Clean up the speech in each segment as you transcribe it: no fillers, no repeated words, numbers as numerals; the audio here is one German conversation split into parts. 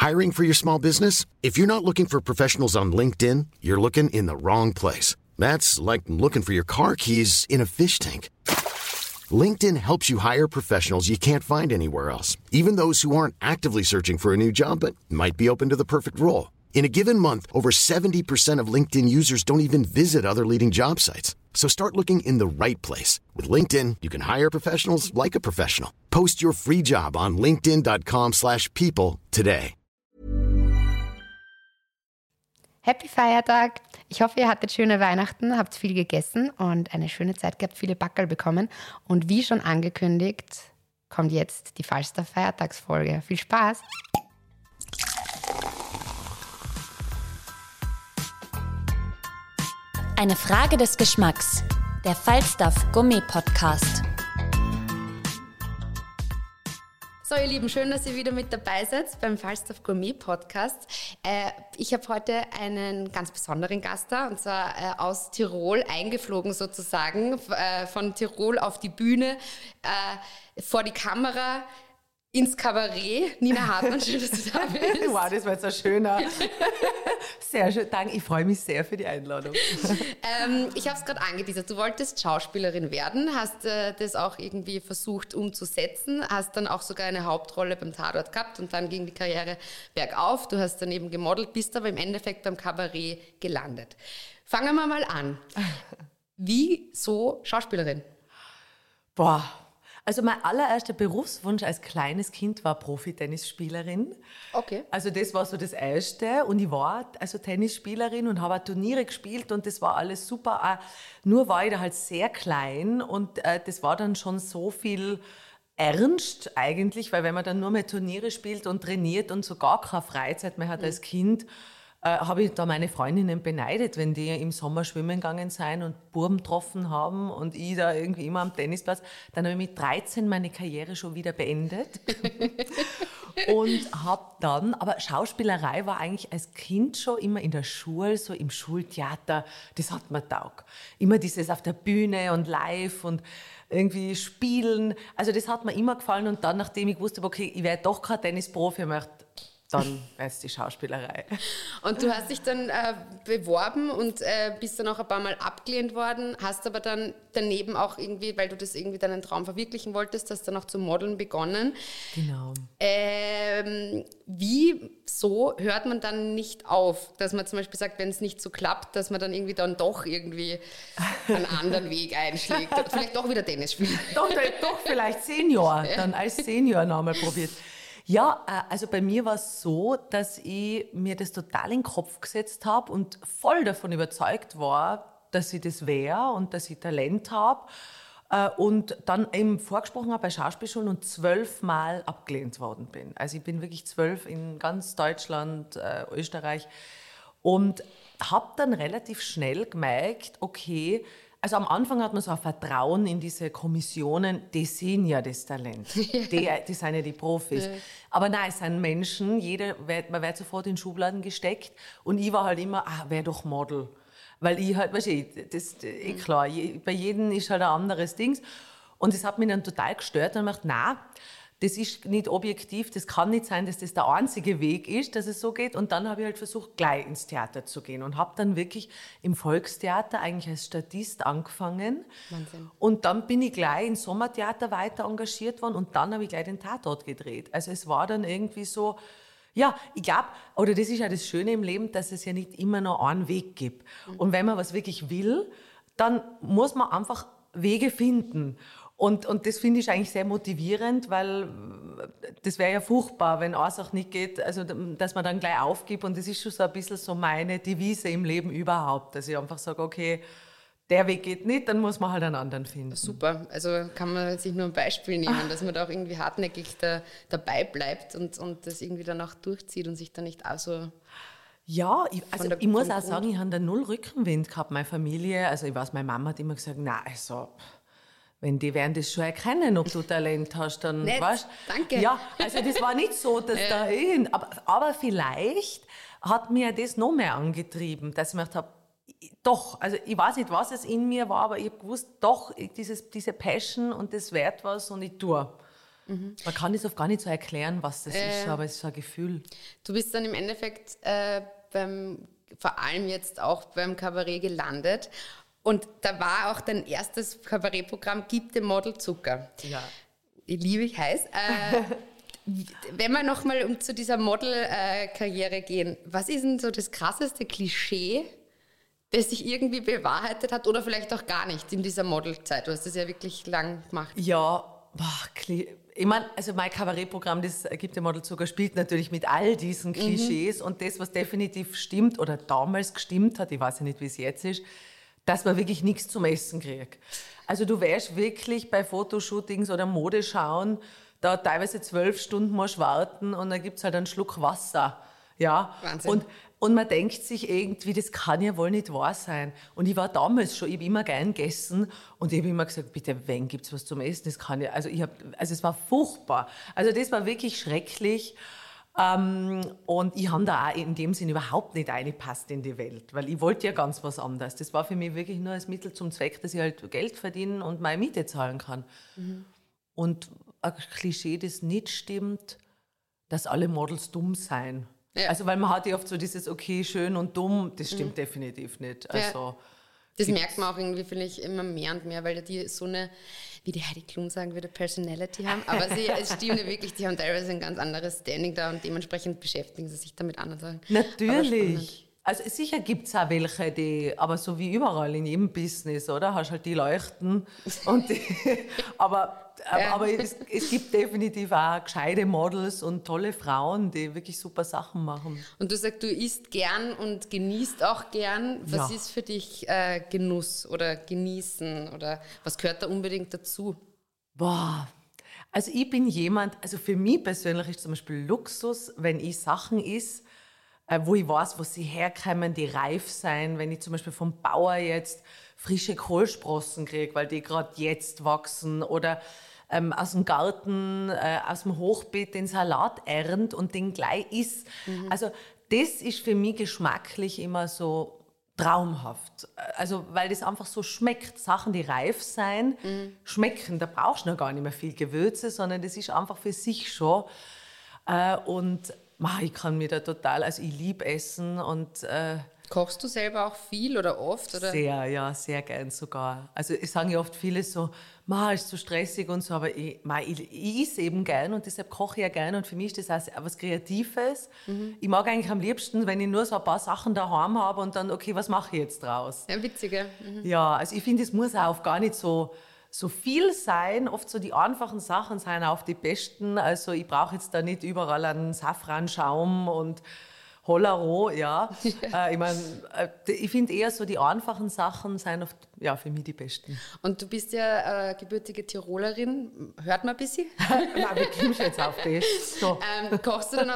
Hiring for your small business? If you're not looking for professionals on LinkedIn, you're looking in the wrong place. That's like looking for your car keys in a fish tank. LinkedIn helps you hire professionals you can't find anywhere else, even those who aren't actively searching for a new job but might be open to the perfect role. In a given month, over 70% of LinkedIn users don't even visit other leading job sites. So start looking in the right place. With LinkedIn, you can hire professionals like a professional. Post your free job on linkedin.com/people today. Happy Feiertag! Ich hoffe, ihr hattet schöne Weihnachten, habt viel gegessen und eine schöne Zeit gehabt, viele Backerl bekommen. Und wie schon angekündigt, kommt jetzt die Falstaff-Feiertagsfolge. Viel Spaß! Eine Frage des Geschmacks. Der Falstaff Gourmet Podcast. So, ihr Lieben, schön, dass ihr wieder mit dabei seid beim Falstaff Gourmet Podcast. Ich habe heute einen ganz besonderen Gast da, und zwar aus Tirol eingeflogen sozusagen, von Tirol auf die Bühne, vor die Kamera, ins Kabarett. Nina Hartmann, schön, dass du da bist. Wow, das war jetzt ein schöner. Sehr schön, danke. Ich freue mich sehr für die Einladung. Ich habe es gerade angeteasert. Du wolltest Schauspielerin werden, hast das auch irgendwie versucht umzusetzen, hast dann auch sogar eine Hauptrolle beim Tatort gehabt und dann ging die Karriere bergauf. Du hast dann eben gemodelt, bist aber im Endeffekt beim Kabarett gelandet. Fangen wir mal an. Wieso Schauspielerin? Boah. Also mein allererster Berufswunsch als kleines Kind war Profi-Tennisspielerin. Okay. Also das war so das Erste und ich war also Tennisspielerin und habe auch Turniere gespielt und das war alles super. Nur war ich da halt sehr klein und das war dann schon so viel ernst eigentlich, weil wenn man dann nur mehr Turniere spielt und trainiert und so gar keine Freizeit mehr hat als Kind, habe ich da meine Freundinnen beneidet, wenn die im Sommer schwimmen gegangen sind und Buben getroffen haben und ich da irgendwie immer am Tennisplatz. Dann habe ich mit 13 meine Karriere schon wieder beendet. Und habe dann, aber Schauspielerei war eigentlich als Kind schon immer in der Schule, so im Schultheater, das hat mir taugt. Immer dieses auf der Bühne und live und irgendwie spielen. Also das hat mir immer gefallen und dann, nachdem ich wusste, okay, ich werde doch kein Tennisprofi, dann wäre es die Schauspielerei. Und du hast dich dann beworben und bist dann auch ein paar Mal abgelehnt worden, hast aber dann daneben auch irgendwie, weil du das irgendwie deinen Traum verwirklichen wolltest, hast dann auch zu modeln begonnen. Genau. Wieso hört man dann nicht auf, dass man zum Beispiel sagt, wenn es nicht so klappt, dass man dann irgendwie dann doch irgendwie einen anderen Weg einschlägt oder vielleicht doch wieder Tennis spielt? Doch vielleicht Senior, dann als Senior noch einmal probiert. Ja, also bei mir war es so, dass ich mir das total in den Kopf gesetzt habe und voll davon überzeugt war, dass ich das wäre und dass ich Talent habe. Und dann eben vorgesprochen habe bei Schauspielschulen und 12 Mal abgelehnt worden bin. Also ich bin wirklich 12 in ganz Deutschland, Österreich und habe dann relativ schnell gemerkt, okay, also am Anfang hat man so ein Vertrauen in diese Kommissionen, die sehen ja das Talent, die sind ja die Profis. Aber nein, es sind Menschen, man wird sofort in Schubladen gesteckt und ich war halt immer, wär doch Model. Weil ich halt, weißt du, das ist klar, bei jedem ist halt ein anderes Ding. Und das hat mich dann total gestört und ich dachte, nein, das ist nicht objektiv, das kann nicht sein, dass das der einzige Weg ist, dass es so geht. Und dann habe ich halt versucht, gleich ins Theater zu gehen und habe dann wirklich im Volkstheater eigentlich als Statist angefangen. Wahnsinn. Und dann bin ich gleich ins Sommertheater weiter engagiert worden und dann habe ich gleich den Tatort gedreht. Also es war dann irgendwie so, ja, ich glaube, oder das ist ja das Schöne im Leben, dass es ja nicht immer nur einen Weg gibt. Und wenn man was wirklich will, dann muss man einfach Wege finden. Und das finde ich eigentlich sehr motivierend, weil das wäre ja furchtbar, wenn eine Sache nicht geht, also dass man dann gleich aufgibt. Und das ist schon so ein bisschen so meine Devise im Leben überhaupt, dass ich einfach sage, okay, der Weg geht nicht, dann muss man halt einen anderen finden. Super, also kann man sich nur ein Beispiel nehmen, dass man da auch irgendwie hartnäckig dabei bleibt und das irgendwie dann auch durchzieht und sich dann nicht auch so... Ja, ich muss auch sagen, ich habe da null Rückenwind gehabt, meine Familie. Also ich weiß, meine Mama hat immer gesagt, na also... Wenn die werden das schon erkennen, ob du Talent hast, dann weißt du. Danke. Ja, also das war nicht so, dass da aber vielleicht hat mir das noch mehr angetrieben, dass ich mir gedacht habe, doch, also ich weiß nicht, was es in mir war, aber ich habe gewusst, doch, diese Passion und das wert was und ich tue. Man kann das oft gar nicht so erklären, was das ist, aber es ist ein Gefühl. Du bist dann im Endeffekt vor allem jetzt auch beim Kabarett gelandet. Und da war auch dein erstes Kabarettprogramm Gib dem Model Zucker. Ja. Liebe ich heiß. Wenn wir nochmal zu dieser Model-Karriere gehen, was ist denn so das krasseste Klischee, das sich irgendwie bewahrheitet hat oder vielleicht auch gar nicht in dieser Modelzeit? Du hast das ja wirklich lang gemacht. Ja, ich meine, also mein Kabarettprogramm, das Gibt dem Model Zucker, spielt natürlich mit all diesen Klischees und das, was definitiv stimmt oder damals gestimmt hat, ich weiß ja nicht, wie es jetzt ist, dass man wirklich nichts zum Essen kriegt. Also du wärst wirklich bei Fotoshootings oder Modeschauen, da teilweise 12 Stunden musst warten und dann gibt es halt einen Schluck Wasser. Ja? Wahnsinn. Und man denkt sich irgendwie, das kann ja wohl nicht wahr sein. Und ich war damals schon, ich habe immer gern gegessen und ich habe immer gesagt, bitte, wenn gibt es was zum Essen? Das kann ja, also es war furchtbar. Also das war wirklich schrecklich. Und ich habe da auch in dem Sinn überhaupt nicht reingepasst in die Welt, weil ich wollte ja ganz was anderes. Das war für mich wirklich nur als Mittel zum Zweck, dass ich halt Geld verdienen und meine Miete zahlen kann. Und ein Klischee, das nicht stimmt, dass alle Models dumm seien. Ja. Also weil man hat ja oft so dieses okay, schön und dumm, das stimmt definitiv nicht. Also, das merkt man auch irgendwie, finde ich, immer mehr und mehr, weil die so eine, wie die Heidi Klum sagen würde, Personality haben. Aber es stimmt ja wirklich, die haben teilweise ein ganz anderes Standing da und dementsprechend beschäftigen sie sich damit anderen. Natürlich. Also sicher gibt es auch welche, die, aber so wie überall in jedem Business, oder? Hast halt die leuchten. Und aber es gibt definitiv auch gescheite Models und tolle Frauen, die wirklich super Sachen machen. Und du sagst, du isst gern und genießt auch gern. Was ist für dich Genuss oder Genießen oder was gehört da unbedingt dazu? Boah, also ich bin jemand, also für mich persönlich ist zum Beispiel Luxus, wenn ich Sachen esse, wo ich weiß, wo sie herkommen, die reif sein. Wenn ich zum Beispiel vom Bauer jetzt frische Kohlsprossen kriege, weil die gerade jetzt wachsen oder aus dem Garten, aus dem Hochbeet den Salat ernt und den gleich isst. Also das ist für mich geschmacklich immer so traumhaft. Also weil das einfach so schmeckt. Sachen, die reif sein, schmecken. Da brauchst du noch gar nicht mehr viel Gewürze, sondern das ist einfach für sich schon. Und ich kann mir da total, also ich liebe Essen und... Kochst du selber auch viel oder oft? Oder? Sehr, ja, sehr gern sogar. Also es sagen ja oft viele so, ist so stressig und so, aber ich esse eben gern und deshalb koche ich ja gern und für mich ist das auch was Kreatives. Ich mag eigentlich am liebsten, wenn ich nur so ein paar Sachen daheim habe und dann, okay, was mache ich jetzt draus? Ja, witziger. Ja, also ich finde, es muss auch gar nicht so viel sein. Oft so die einfachen Sachen sind auch die besten. Also ich brauche jetzt da nicht überall einen Safranschaum und Hollero, ja. Ich meine, ich finde eher so die einfachen Sachen sind oft, ja, für mich die besten. Und du bist ja gebürtige Tirolerin. Hört man ein bisschen? Nein, wir kommen jetzt auf das. So. Kochst du dann auch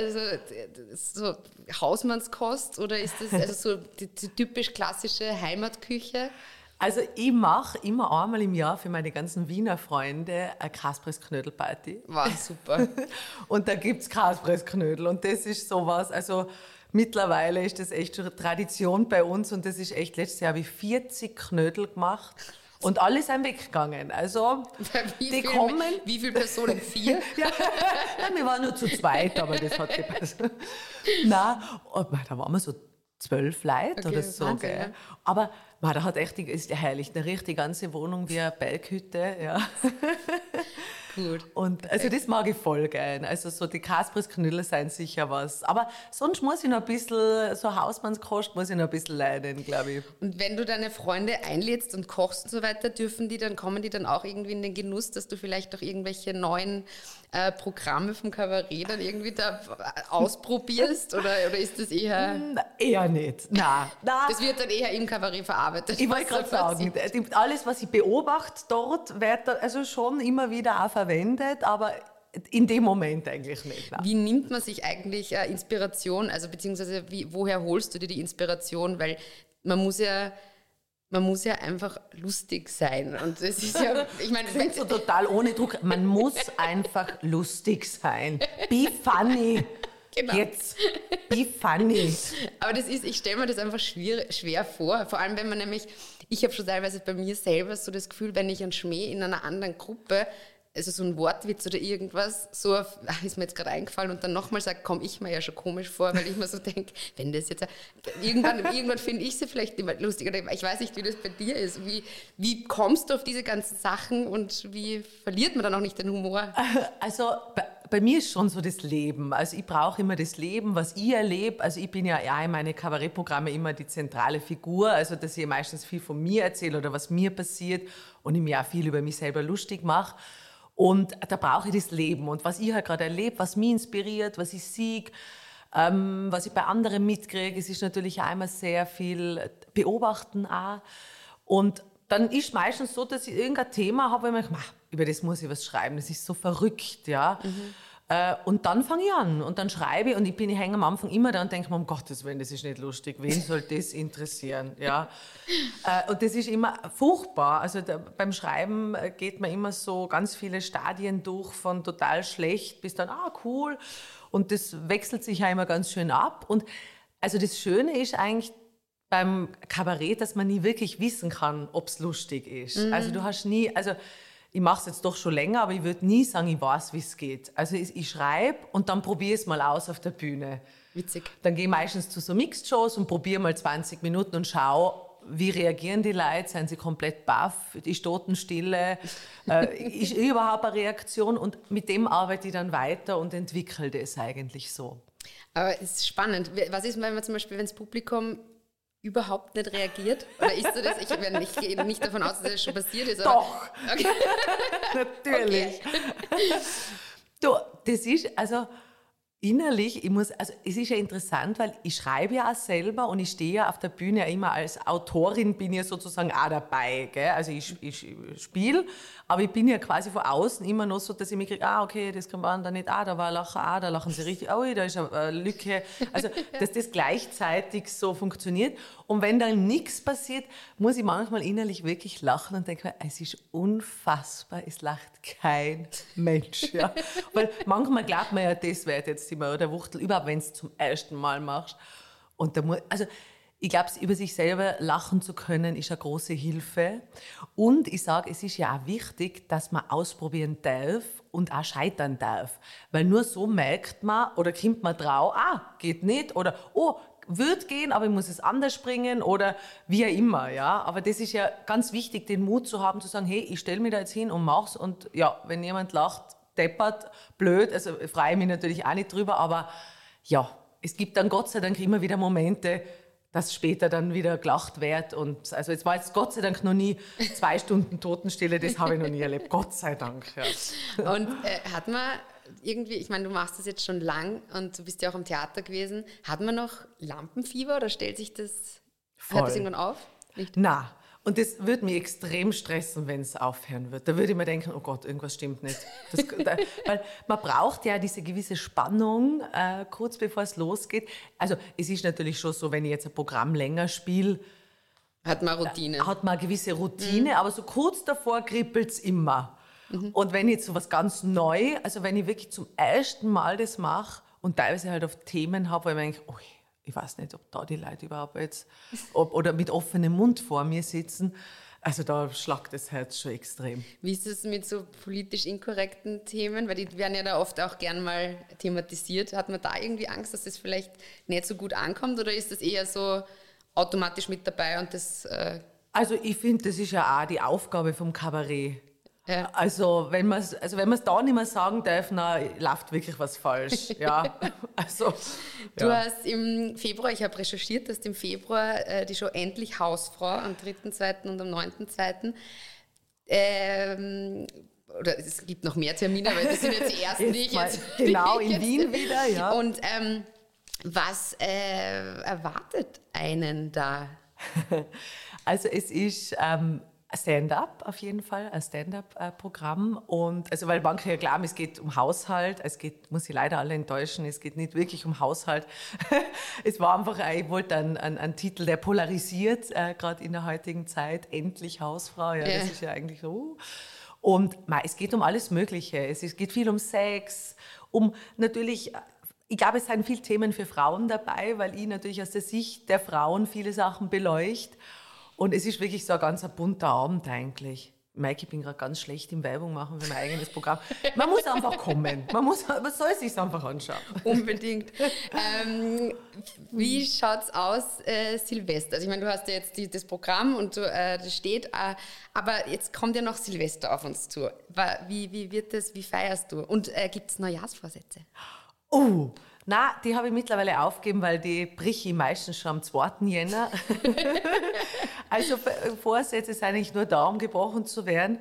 so Hausmannskost oder ist das also so die typisch klassische Heimatküche? Also ich mache immer einmal im Jahr für meine ganzen Wiener Freunde eine Kaspressknödel-Party. Wow, super. Und da gibt es Kaspressknödel und das ist sowas, also mittlerweile ist das echt schon Tradition bei uns und das ist echt, letztes Jahr habe ich 40 Knödel gemacht und alle sind weggegangen. Also kommen. Wie viele Personen? 4? Ja, wir waren nur zu zweit, aber das hat gepasst. Nein, da waren wir so 12 Leute oder so. Wahnsinn, gell? ja. Aber da hat echt, ist ja herrlich, da riecht die ganze Wohnung wie eine Berghütte. Ja. Gut. Und also das mag ich voll gern. Also so die Kaspressknödel sind sicher was. Aber sonst muss ich noch ein bisschen, so Hausmannskost muss ich noch ein bisschen leiden, glaube ich. Und wenn du deine Freunde einlädst und kochst und so weiter, kommen die dann auch irgendwie in den Genuss, dass du vielleicht auch irgendwelche neuen Programme vom Kabarett dann irgendwie da ausprobierst? Oder ist das eher... Eher nicht, nein. Das wird dann eher im Kabarett verarbeitet. Ich wollte gerade sagen, alles, was ich beobachte dort, wird also schon immer wieder auch verwendet, aber in dem Moment eigentlich nicht. Nein. Wie nimmt man sich eigentlich Inspiration, also beziehungsweise woher holst du dir die Inspiration? Weil man muss ja einfach lustig sein. Und das ist ja, ich meine... Das ist so total ohne Druck. Man muss einfach lustig sein. Be funny. Genau. Jetzt, be funny. Aber ich stelle mir das einfach schwer vor. Vor allem, wenn man nämlich, ich habe schon teilweise bei mir selber so das Gefühl, wenn ich einen Schmäh in einer anderen Gruppe also so ein Wortwitz oder irgendwas, so ist mir jetzt gerade eingefallen und dann nochmal sagt, komme ich mir ja schon komisch vor, weil ich mir so denke, wenn das jetzt, irgendwann finde ich sie vielleicht immer lustig, oder ich weiß nicht, wie das bei dir ist. Wie kommst du auf diese ganzen Sachen und wie verliert man dann auch nicht den Humor? Also bei mir ist schon so das Leben. Also ich brauche immer das Leben, was ich erlebe. Also ich bin ja in meine Kabarettprogramme immer die zentrale Figur, also dass ich meistens viel von mir erzähle oder was mir passiert und ich mir auch viel über mich selber lustig mache. Und da brauche ich das Leben. Und was ich halt gerade erlebe, was mich inspiriert, was ich sehe, was ich bei anderen mitkriege, es ist natürlich auch immer sehr viel beobachten auch. Und dann ist meistens so, dass ich irgendein Thema habe, wo ich mir denke, über das muss ich was schreiben, das ist so verrückt, ja. Und dann fange ich an und dann schreibe ich und ich hänge am Anfang immer da und denke mir, um Gottes Willen, das ist nicht lustig, wen soll das interessieren, ja. Und das ist immer furchtbar, also beim Schreiben geht man immer so ganz viele Stadien durch, von total schlecht bis dann, cool, und das wechselt sich ja immer ganz schön ab. Und also das Schöne ist eigentlich beim Kabarett, dass man nie wirklich wissen kann, ob es lustig ist. Also du hast nie, also ich mache es jetzt doch schon länger, aber ich würde nie sagen, ich weiß, wie es geht. Also ich schreibe und dann probiere es mal aus auf der Bühne. Witzig. Dann gehe ich meistens zu so Mixed-Shows und probiere mal 20 Minuten und schaue, wie reagieren die Leute, sind sie komplett baff, ist Totenstille, ist überhaupt eine Reaktion, und mit dem arbeite ich dann weiter und entwickle das eigentlich so. Aber es ist spannend. Was ist, wenn man zum Beispiel, wenn das Publikum überhaupt nicht reagiert? Oder ist so das? Ich gehe nicht davon aus, dass das schon passiert ist. Oder? Doch! Okay. Natürlich! Okay. Du, das ist, also innerlich, es ist ja interessant, weil ich schreibe ja auch selber und ich stehe ja auf der Bühne ja immer als Autorin, bin ja sozusagen auch dabei, gell? Also ich spiele, aber ich bin ja quasi von außen immer noch so, dass ich mir kriege, okay, das kann man da nicht, da war ein Lacher, da lachen sie richtig, da ist eine Lücke. Also, dass das gleichzeitig so funktioniert. Und wenn dann nichts passiert, muss ich manchmal innerlich wirklich lachen und denke mir, es ist unfassbar, es lacht kein Mensch. Ja? Weil manchmal glaubt man ja, das wird jetzt immer der Wuchtel, überhaupt wenn du es zum ersten Mal machst. Und also ich glaube, über sich selber lachen zu können, ist eine große Hilfe. Und ich sage, es ist ja auch wichtig, dass man ausprobieren darf und auch scheitern darf. Weil nur so merkt man oder kommt man drauf, geht nicht, oder wird gehen, aber ich muss es anders bringen, oder wie auch immer. Ja? Aber das ist ja ganz wichtig, den Mut zu haben, zu sagen, hey, ich stelle mich da jetzt hin und mach's. Und ja, wenn jemand lacht, deppert, blöd, also freue ich mich natürlich auch nicht drüber, aber ja, es gibt dann Gott sei Dank immer wieder Momente, dass später dann wieder gelacht wird. Und also es war jetzt Gott sei Dank noch nie 2 Stunden Totenstille, das habe ich noch nie erlebt, Gott sei Dank. Ja. Und hat man irgendwie, ich meine, du machst das jetzt schon lang und du bist ja auch im Theater gewesen, hat man noch Lampenfieber oder stellt sich das, hört das irgendwann auf? Nicht? Nein. Und das würde mich extrem stressen, wenn es aufhören wird. Da würde ich mir denken, oh Gott, irgendwas stimmt nicht. Weil man braucht ja diese gewisse Spannung, kurz bevor es losgeht. Also es ist natürlich schon so, wenn ich jetzt ein Programm länger spiele, hat man Routine. Hat man eine gewisse Routine, aber so kurz davor kribbelt es immer. Und wenn ich jetzt so was ganz neu, also wenn ich wirklich zum ersten Mal das mache und teilweise halt auf Themen habe, wo ich mir denke, ich weiß nicht, ob da die Leute überhaupt jetzt oder mit offenem Mund vor mir sitzen. Also da schlagt das Herz schon extrem. Wie ist es mit so politisch inkorrekten Themen? Weil die werden ja da oft auch gern mal thematisiert. Hat man da irgendwie Angst, dass das vielleicht nicht so gut ankommt? Oder ist das eher so automatisch mit dabei und das... Also ich finde, das ist ja auch die Aufgabe vom Kabarett. Ja. Also wenn man es da nicht mehr sagen darf, dann läuft wirklich was falsch. Ja. Also, du hast im Februar, ich habe recherchiert, dass im Februar die Show Endlich Hausfrau am 3.2. und am 9.2. Oder es gibt noch mehr Termine, aber das sind jetzt die ersten, die ich jetzt... Genau, in Wien wieder, ja. Und was erwartet einen da? Also es ist... Stand-up auf jeden Fall, ein Stand-up-Programm. Und also weil manche ja glauben, es geht um Haushalt, muss ich leider alle enttäuschen, es geht nicht wirklich um Haushalt. Es war einfach, ich wollte einen Titel, der polarisiert, gerade in der heutigen Zeit, endlich Hausfrau, ja, das ist ja eigentlich so. Und es geht um alles Mögliche, es geht viel um Sex, natürlich... Ich glaube, es sind viele Themen für Frauen dabei, weil ich natürlich aus der Sicht der Frauen viele Sachen beleuchte. Und es ist wirklich so ein ganz bunter Abend eigentlich. Mike, ich bin gerade ganz schlecht im Werbung machen für mein eigenes Programm. Man muss einfach kommen. Man soll es sich einfach anschauen. Unbedingt. Wie schaut's aus, Silvester? Also ich meine, du hast ja jetzt das Programm und das steht, aber jetzt kommt ja noch Silvester auf uns zu. Wie wird das, wie feierst du? Und gibt es Neujahrsvorsätze? Nein, die habe ich mittlerweile aufgegeben, weil die brich ich meistens schon am 2. Jänner. Also Vorsätze sind eigentlich nur da, um gebrochen zu werden.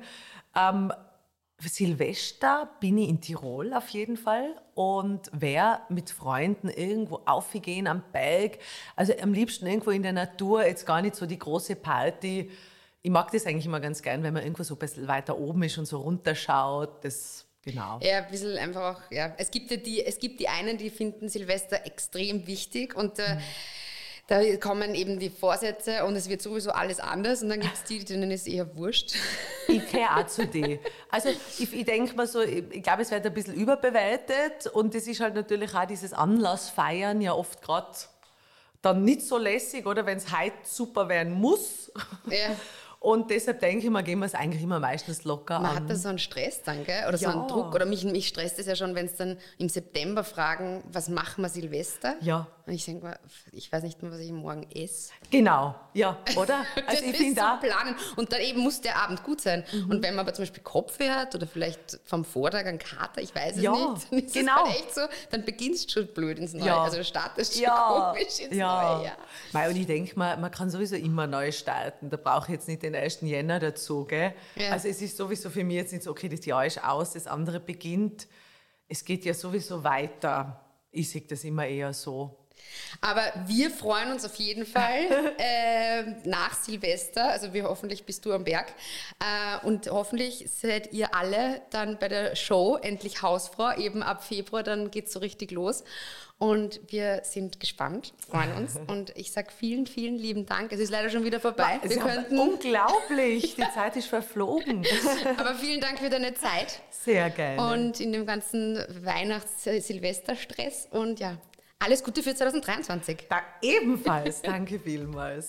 Silvester bin ich in Tirol auf jeden Fall und werde mit Freunden irgendwo aufgehen am Berg. Also am liebsten irgendwo in der Natur, jetzt gar nicht so die große Party. Ich mag das eigentlich immer ganz gern, wenn man irgendwo so ein bisschen weiter oben ist und so runterschaut. Genau. Ja, ein bisschen einfach auch, ja. Es gibt die einen, die finden Silvester extrem wichtig und da kommen eben die Vorsätze und es wird sowieso alles anders und dann gibt es denen ist eher wurscht. Ich gehöre auch zu denen. Also ich denke mal so, ich glaube, es wird ein bisschen überbewertet und das ist halt natürlich auch dieses Anlassfeiern ja oft gerade dann nicht so lässig, oder wenn es heute super werden muss. Ja. Und deshalb denke ich mal, gehen wir es eigentlich immer meistens locker an. Man hat da so einen Stress dann, gell? Oder so einen Druck. Oder mich stresst es ja schon, wenn es dann im September fragen, was machen wir Silvester? Ja. Und ich denke mal, ich weiß nicht mehr, was ich morgen esse. Genau, ja, oder? Also ich finde so planen. Und dann eben muss der Abend gut sein. Und wenn man aber zum Beispiel Kopfweh hat oder vielleicht vom Vortag einen Kater, ich weiß es nicht, dann ist es halt echt so, dann beginnst du schon blöd ins Neue. Ja. Also du startest schon komisch ins Neue Jahr. Und ich denke mal, man kann sowieso immer neu starten. Da brauche ich jetzt nicht den 1. Jänner dazu, gell? Ja. Also es ist sowieso für mich jetzt nicht so, okay, das Jahr ist aus, das andere beginnt. Es geht ja sowieso weiter. Ich sehe das immer eher so. Aber wir freuen uns auf jeden Fall nach Silvester, also hoffentlich bist du am Berg und hoffentlich seid ihr alle dann bei der Show Endlich Hausfrau, eben ab Februar, dann geht es so richtig los. Und wir sind gespannt, freuen uns. Und ich sage vielen, vielen lieben Dank. Es ist leider schon wieder vorbei. Unglaublich, die Zeit ist verflogen. Aber vielen Dank für deine Zeit. Sehr gerne. Und in dem ganzen Weihnachts-Silvester-Stress. Und ja, alles Gute für 2023. Ebenfalls, danke vielmals.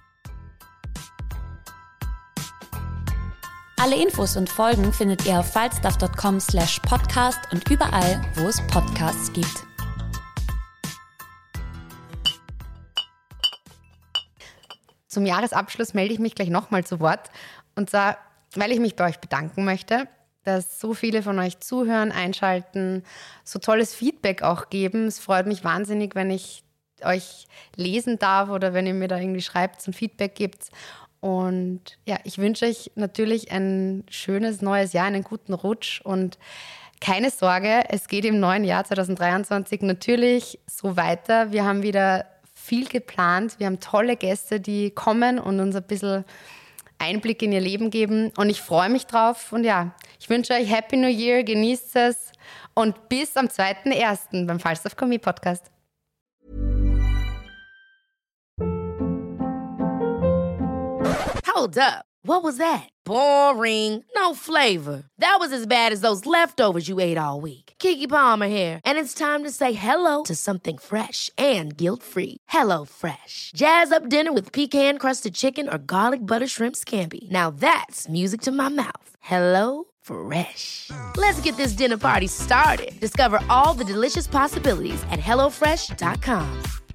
Alle Infos und Folgen findet ihr auf falstaff.com/podcast und überall, wo es Podcasts gibt. Zum Jahresabschluss melde ich mich gleich nochmal zu Wort. Und zwar, weil ich mich bei euch bedanken möchte, dass so viele von euch zuhören, einschalten, so tolles Feedback auch geben. Es freut mich wahnsinnig, wenn ich euch lesen darf oder wenn ihr mir da irgendwie schreibt und Feedback gebt. Und ja, ich wünsche euch natürlich ein schönes neues Jahr, einen guten Rutsch und keine Sorge, es geht im neuen Jahr 2023 natürlich so weiter. Wir haben wieder viel geplant. Wir haben tolle Gäste, die kommen und uns ein bisschen Einblick in ihr Leben geben. Und ich freue mich drauf. Und ja, ich wünsche euch Happy New Year, genießt es und bis am 2.1. beim Falstaff Gourmet Podcast. Hold up. What was that? Boring. No flavor. That was as bad as those leftovers you ate all week. Keke Palmer here. And it's time to say hello to something fresh and guilt-free. Hello Fresh. Jazz up dinner with pecan-crusted chicken or garlic butter shrimp scampi. Now that's music to my mouth. Hello Fresh. Let's get this dinner party started. Discover all the delicious possibilities at HelloFresh.com.